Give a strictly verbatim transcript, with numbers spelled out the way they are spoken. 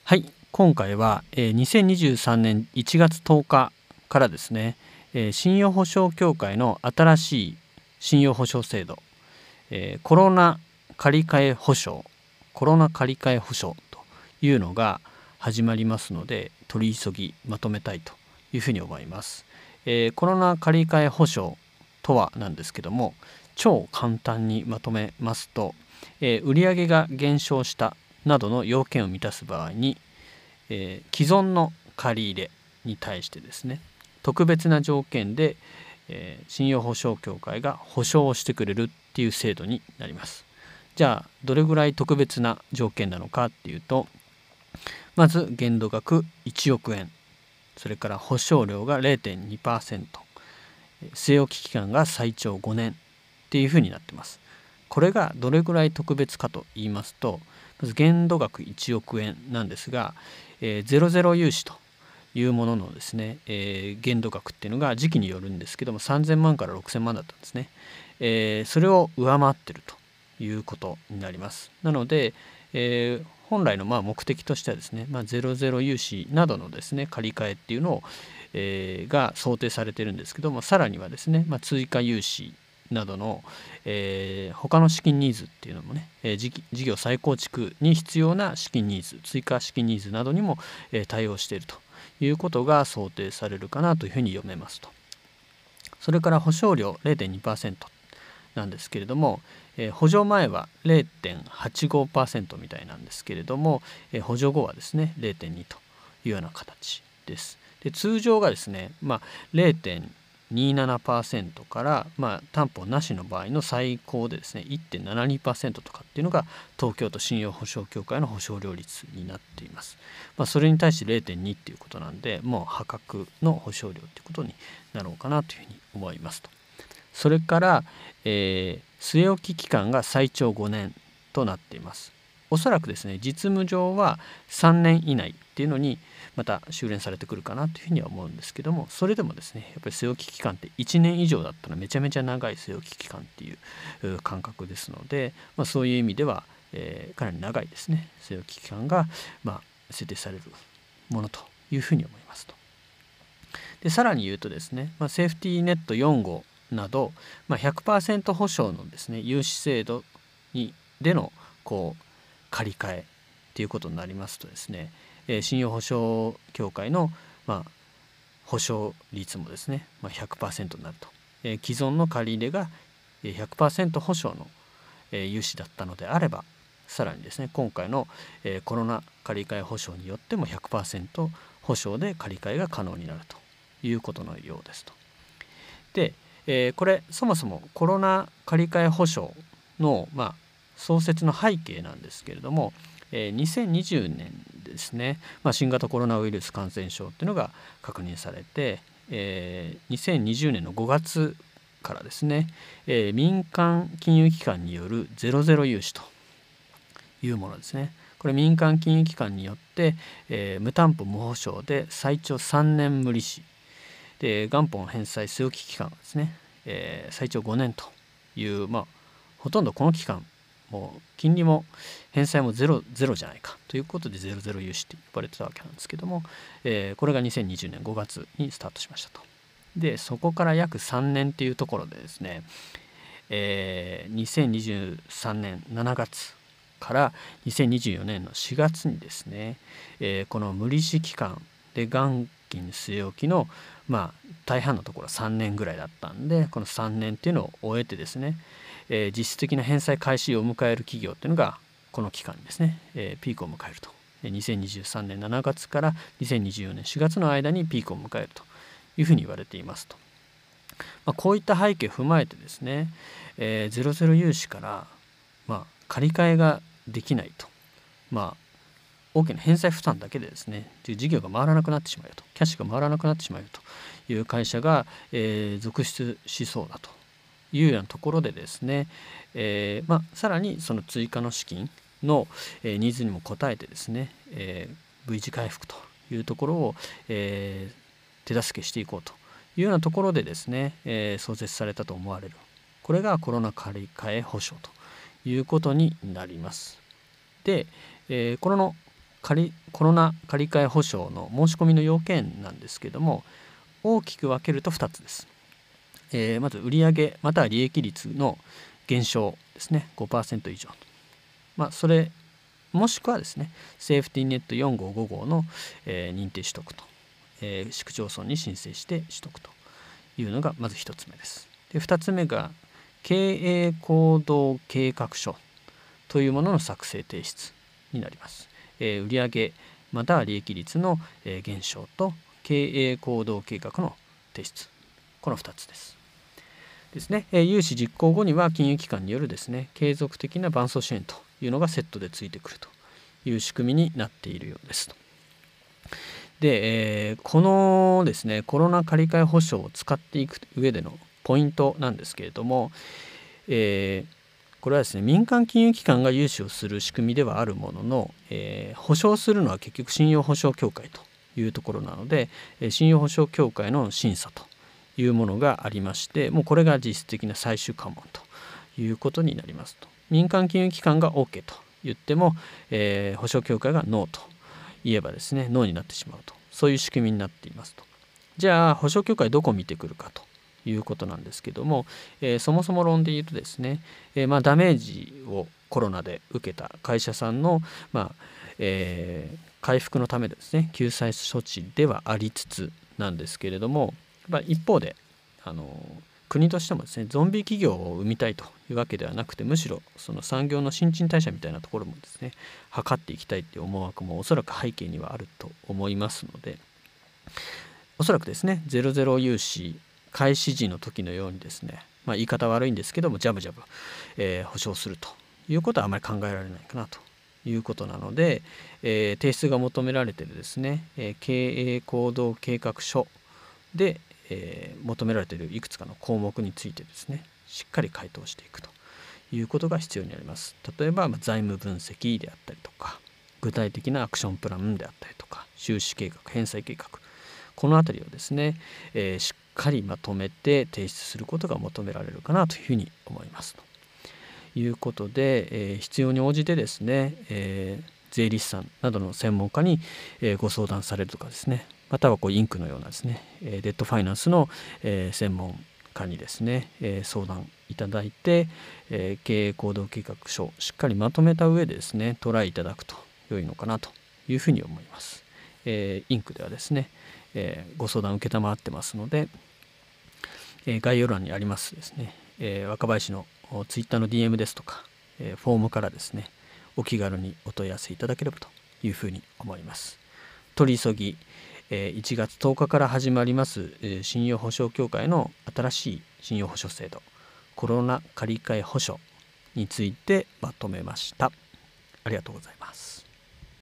はい、今回は、えー、にせんにじゅうさんねんいちがつとおかからですね、えー信用保証協会の新しい信用保証制度、えーコロナ借換保証、コロナ借換保証というのが始まりますので、取り急ぎまとめたいというふうに思います。えーコロナ借換保証とはなんですけども、超簡単にまとめますと、えー売上が減少したなどの要件を満たす場合に、えー既存の借り入れに対してですね、特別な条件で、えー信用保証協会が保証をしてくれるっていう制度になります。じゃあどれぐらい特別な条件なのかっていうと、まず限度額いちおくえん、それから保証料が れいてんにパーセント、据え置き期間が最長ごねんっていうふうになってます。これがどれぐらい特別かと言いますと、まず限度額いちおくえんなんですが、えーゼロゼロ融資というもののですね、えー限度額っていうのが時期によるんですけども、さんぜんまんからろくせんまんだったんですね。えーそれを上回ってるということになります。なので、えー本来のまあ目的としてはですね、まあ、ゼロゼロ融資などのですね借り換えっていうのを、えーが想定されてるんですけども、さらにはですね、まあ、追加融資などの、えー他の資金ニーズっていうのもね、えー事事業再構築に必要な資金ニーズ、追加資金ニーズなどにも、えー対応しているということが想定されるかなというふうに読めますと。それから保証料 れいてんにパーセント なんですけれども、えー補助前は れいてんはちごパーセント みたいなんですけれども、えー補助後はですね れいてんに というような形です。で通常がですね、まあ、れいてんにじゅうななパーセント から、まあ、担保なしの場合の最高でですね いってんななにパーセント とかっていうのが東京都信用保証協会の保証料率になっています。まあ、それに対して れいてんに っていうことなんで、もう破格の保証料っていうことになろうかなというふうに思いますと。それから、えー据え置き期間が最長ごねんとなっています。おそらくですね、実務上はさんねん以内っていうのにまた修練されてくるかなというふうには思うんですけども、それでもですね、やっぱり据え置き期間っていちねん以上だったらめちゃめちゃ長い据え置き期間っていうう感覚ですので、まあ、そういう意味では、えーかなり長いですね、据え置き期間が、まあ、設定されるものというふうに思いますと。でさらに言うとですね、まあ、セーフティーネットよん号など、まあ、ひゃくパーセント 保証のですね融資制度にでのこう借り換えっていうことになりますとですね、えー信用保証協会の、まあ、保証率もですね、まあ、ひゃくパーセントになると、えー既存の借り入れがえーひゃくパーセント 保証の、えー融資だったのであれば、さらにですね今回の、えーコロナ借り換え保証によっても ひゃくパーセント 保証で借り換えが可能になるということのようですと。で、えーこれそもそもコロナ借り換え保証の、まあ、創設の背景なんですけれども、えーにせんにじゅうねんですね、まあ、新型コロナウイルス感染症っていうのが確認されて、えーにせんにじゅうねんのごがつからですね、えー民間金融機関によるゼロゼロ融資というものですね。これ民間金融機関によって、えー無担保無保証で最長さんねん無利子で元本返済据え置き期間がですね、えー最長ごねんという、まあ、ほとんどこの期間もう金利も返済もゼロゼロじゃないかということでゼロゼロ融資って呼ばれてたわけなんですけども、えーこれがにせんにじゅうねんごがつにスタートしましたと。でそこから約さんねんっていうところでですね、えーにせんにじゅうさんねんしちがつからにせんにじゅうよねんのしがつにですね、えーこの無利子期間で元金据え置きの、まあ、大半のところはさんねんぐらいだったんで、このさんねんっていうのを終えてですね、えー実質的な返済開始を迎える企業っていうのがこの期間にですね、えーピークを迎えると。にせんにじゅうさんねんしちがつからにせんにじゅうよねんしがつの間にピークを迎えるというふうに言われていますと。まあ、こういった背景を踏まえてですね、えーゼロゼロ融資から、まあ、借り換えができないと、まあ、大きな返済負担だけでですね事業が回らなくなってしまうと、キャッシュが回らなくなってしまうという会社が、えー続出しそうだというようなところでですね、えーまあ、さらにその追加の資金の、えーニーズにも応えてですね、えー V 字回復というところを、えー手助けしていこうというようなところでですね、えー創設されたと思われる、これがコロナ借り換え保証ということになります。で、えーこの借コロナ借換保証の申し込みの要件なんですけども、大きく分けるとふたつです。えー、まず売上または利益率の減少ですね、ごパーセント 以上。まあ、それもしくはですね、セーフティーネットよんごうご号の、えー、認定取得と、えー、市区町村に申請して取得というのがまずひとつめです。でふたつめが経営行動計画書というものの作成提出になります。えー、売上または利益率の、えー、減少と経営行動計画の提出、このふたつです。ですね、えー、融資実行後には金融機関によるですね、継続的な伴走支援というのがセットでついてくるという仕組みになっているようですと。で、えー、このですね、コロナ借換保証を使っていく上でのポイントなんですけれども、えーこれはですね、民間金融機関が融資をする仕組みではあるものの、えー、保証するのは結局信用保証協会というところなので、えー、信用保証協会の審査というものがありまして、もうこれが実質的な最終関門ということになりますと。民間金融機関が OK と言っても、えー、保証協会がノーと言えばですね、ノーになってしまうと、そういう仕組みになっていますと。じゃあ保証協会どこを見てくるかということなんですけども、えー、そもそも論で言うとですね、えーまあ、ダメージをコロナで受けた会社さんの、まあえー、回復のためですね、救済措置ではありつつなんですけれども、まあ、一方であの国としてもですね、ゾンビ企業を生みたいというわけではなくて、むしろその産業の新陳代謝みたいなところもですね、図っていきたいという思惑もおそらく背景にはあると思いますので、おそらくですね、ゼロゼロ融資開始時の時のようにですね、まあ、言い方悪いんですけども、ジャブジャブ、えー、保証するということはあまり考えられないかなということなので、えー、提出が求められているですね、えー、経営行動計画書で、えー、求められているいくつかの項目についてですね、しっかり回答していくということが必要になります。例えば、まあ、財務分析であったりとか、具体的なアクションプランであったりとか、収支計画、返済計画、このあたりをですね、えー、しっかりまとめて提出することが求められるかなというふうに思いますということで、えー、必要に応じてですね、えー、税理士さんなどの専門家に、えー、ご相談されるとかですね、またはこうインクのようなですね、えー、デッドファイナンスの、えー、専門家にですね、えー、相談いただいて、えー、経営行動計画書をしっかりまとめた上でですね、トライいただくと良いのかなというふうに思います。えー、インクではですね、えー、ご相談を承ってますので、えー、概要欄にありますですね、えー、若林のツイッターの ディーエム ですとか、えー、フォームからですね、お気軽にお問い合わせいただければというふうに思います。取り急ぎ、えー、いちがつとおかから始まります、えー、信用保証協会の新しい信用保証制度、コロナ借換保証についてまとめました。ありがとうございます。